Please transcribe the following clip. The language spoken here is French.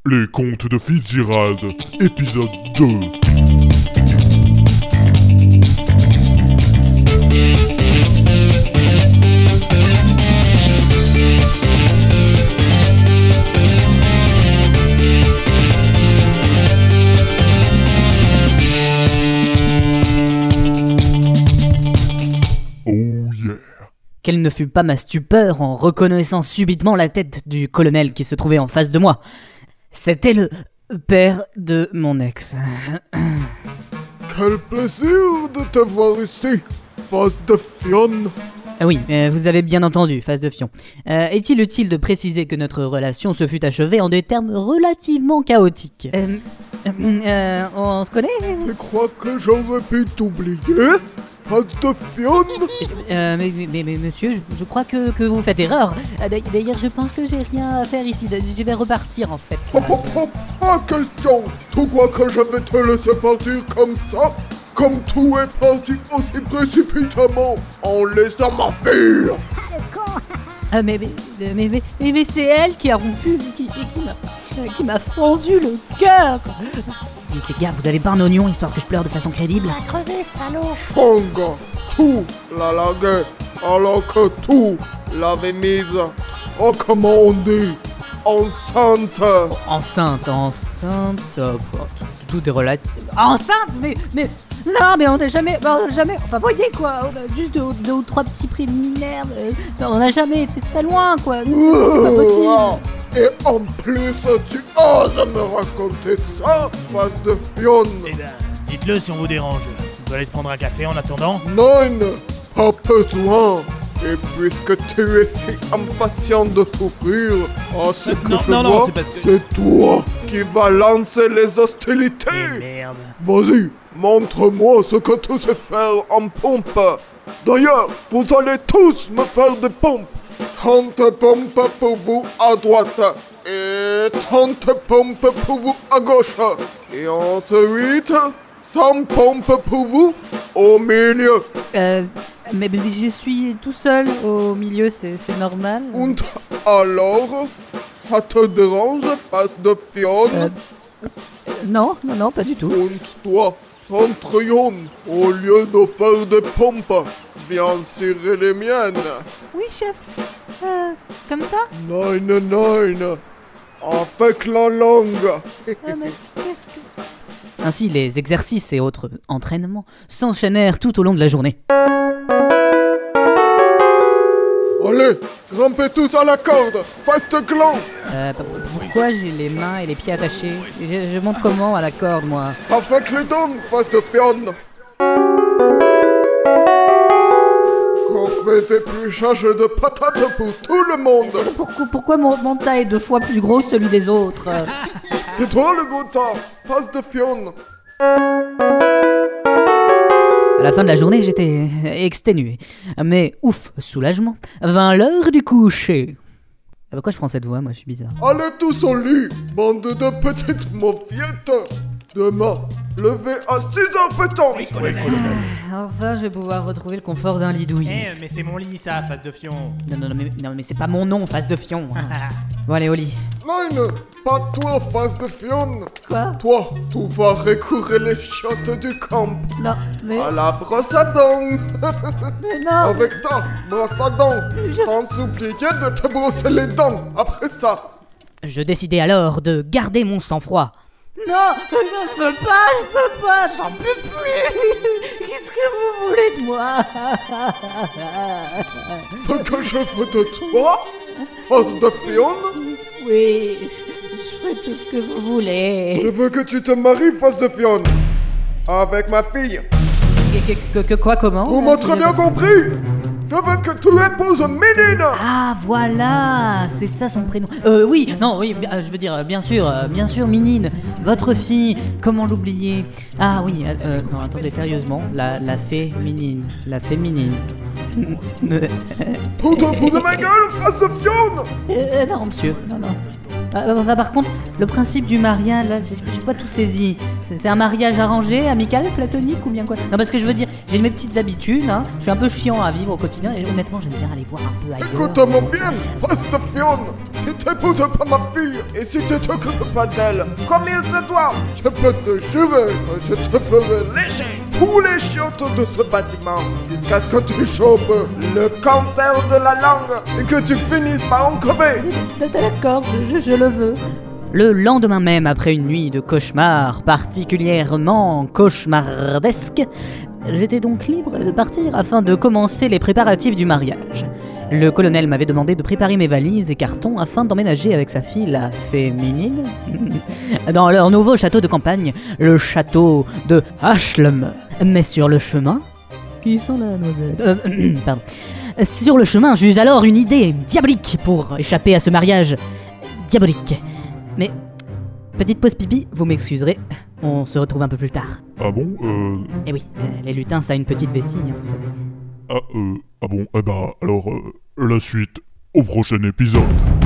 Les contes de Fitzgerald, épisode 2. Oh yeah. Quelle ne fut pas ma stupeur en reconnaissant subitement la tête du colonel qui se trouvait en face de moi. C'était le père de mon ex. Quel plaisir de te voir ici, face de Fionn. Oui, vous avez bien entendu, face de fion. Est-il utile de préciser que notre relation se fut achevée en des termes relativement chaotiques? On se connaît? Tu crois que j'aurais pu t'oublier, face de Fionn? Mais monsieur, je crois que vous faites erreur. D'ailleurs, je pense que j'ai rien à faire ici. Je vais repartir en fait. Pas question. Tu crois que je vais te laisser partir comme ça? Comme tout est parti aussi précipitamment en laissant m'enfuir. Mais c'est elle qui a rompu, qui m'a fendu le cœur. Dites les gars, vous avez pas un oignon histoire que je pleure de façon crédible? Va crever, salaud. Fanga, tout la laguait, alors que tout l'avait mise, comment on dit, enceinte. Enceinte, tout est relatif. Enceinte, mais non, mais on n'a jamais, enfin voyez quoi, on a juste deux ou trois petits préliminaires, on n'a jamais été très loin quoi, c'est pas possible. Et en plus, tu oses me raconter ça, face de Fionn? Eh ben, dites-le si on vous dérange. On doit aller se prendre un café en attendant. Non, pas besoin. Et puisque tu es si impatient de souffrir, ce que je vois, c'est parce que... c'est toi qui vas lancer les hostilités. Eh merde. Vas-y, montre-moi ce que tu sais faire en pompe. D'ailleurs, vous allez tous me faire des pompes. 30 pompes pour vous à droite et 30 pompes pour vous à gauche. Et ensuite, 100 pompes pour vous au milieu. Mais je suis tout seul au milieu, c'est normal. Und alors, ça te dérange, face de Fionn? Non, pas du tout. Und toi, Centurion, au lieu de faire des pompes, viens cirer les miennes. Oui, chef. Comme ça? Non, avec la langue. Mais qu'est-ce que... Ainsi, les exercices et autres entraînements s'enchaînèrent tout au long de la journée. Allez, grimpez tous à la corde, face de gland. Pourquoi j'ai les mains et les pieds attachés? Je monte comment à la corde, moi? Avec les dents, face de Fionn. Qu'on fait des épluchage de patates pour tout le monde. Pourquoi mon tas est 2 fois plus gros que celui des autres? C'est toi le gros tas, face de Fionn. À la fin de la journée, j'étais exténué. Mais ouf, soulagement, vint l'heure du coucher. Pourquoi je prends cette voix, moi je suis bizarre. Allez tous au lit, bande de petites mauviettes. Demain, levez à 6h pétantes. Oui, colonel. Enfin, je vais pouvoir retrouver le confort d'un lit douillet. Mais c'est mon lit, ça, face de fion. Non, mais c'est pas mon nom, face de fion. Bon, allez, au lit. Non, pas toi, face de Fionn. Quoi? Toi, tu vas recourir les chiottes du camp. Non, mais... À la brosse à dents. Mais non. Avec ta brosse à dents. Sans oublier de te brosser les dents après ça. Je décidai alors de garder mon sang-froid. Non, je peux pas, j'en peux plus. Qu'est-ce que vous voulez de moi? Ce que je veux de toi, face de Fionn? Oui, je ferai tout ce que vous voulez. Je veux que tu te maries, face de Fionn. Avec ma fille. Quoi, comment? Vous m'avez très bien compris. Je veux que tu épouses Minine. Ah, voilà, c'est ça son prénom. Oui, je veux dire, bien sûr, Minine, votre fille, comment l'oublier? Ah oui, non, attendez, sérieusement, la fée Minine, Tu te fous de ma gueule, face de Fionn? Non, monsieur, non. Par contre, le principe du mariage, là, j'ai pas tout saisi. C'est un mariage arrangé, amical, platonique ou bien quoi? Non, parce que je veux dire, j'ai mes petites habitudes, hein. Je suis un peu chiant à vivre au quotidien et honnêtement, j'aime bien aller voir un peu ailleurs. Écoute-moi bien, face de Fionn. Si t'épouses pas ma fille et si tu t'occupes pas d'elle comme il se doit, je peux te jurer que je te ferai lécher tous les chiottes de ce bâtiment jusqu'à ce que tu chopes le cancer de la langue et que tu finisses par en crever. D'accord, je le veux. Le lendemain même, après une nuit de cauchemar particulièrement cauchemardesque, j'étais donc libre de partir afin de commencer les préparatifs du mariage. Le colonel m'avait demandé de préparer mes valises et cartons afin d'emménager avec sa fille, la féminine, dans leur nouveau château de campagne, le château de Hashlem. Mais sur le chemin... Qui sent la noisette pardon. Sur le chemin, j'eus alors une idée diabolique pour échapper à ce mariage diabolique. Mais, petite pause pipi, vous m'excuserez, on se retrouve un peu plus tard. Ah bon Eh oui, les lutins, ça a une petite vessie, hein, vous savez. Ah bon, eh ben, alors, la suite au prochain épisode.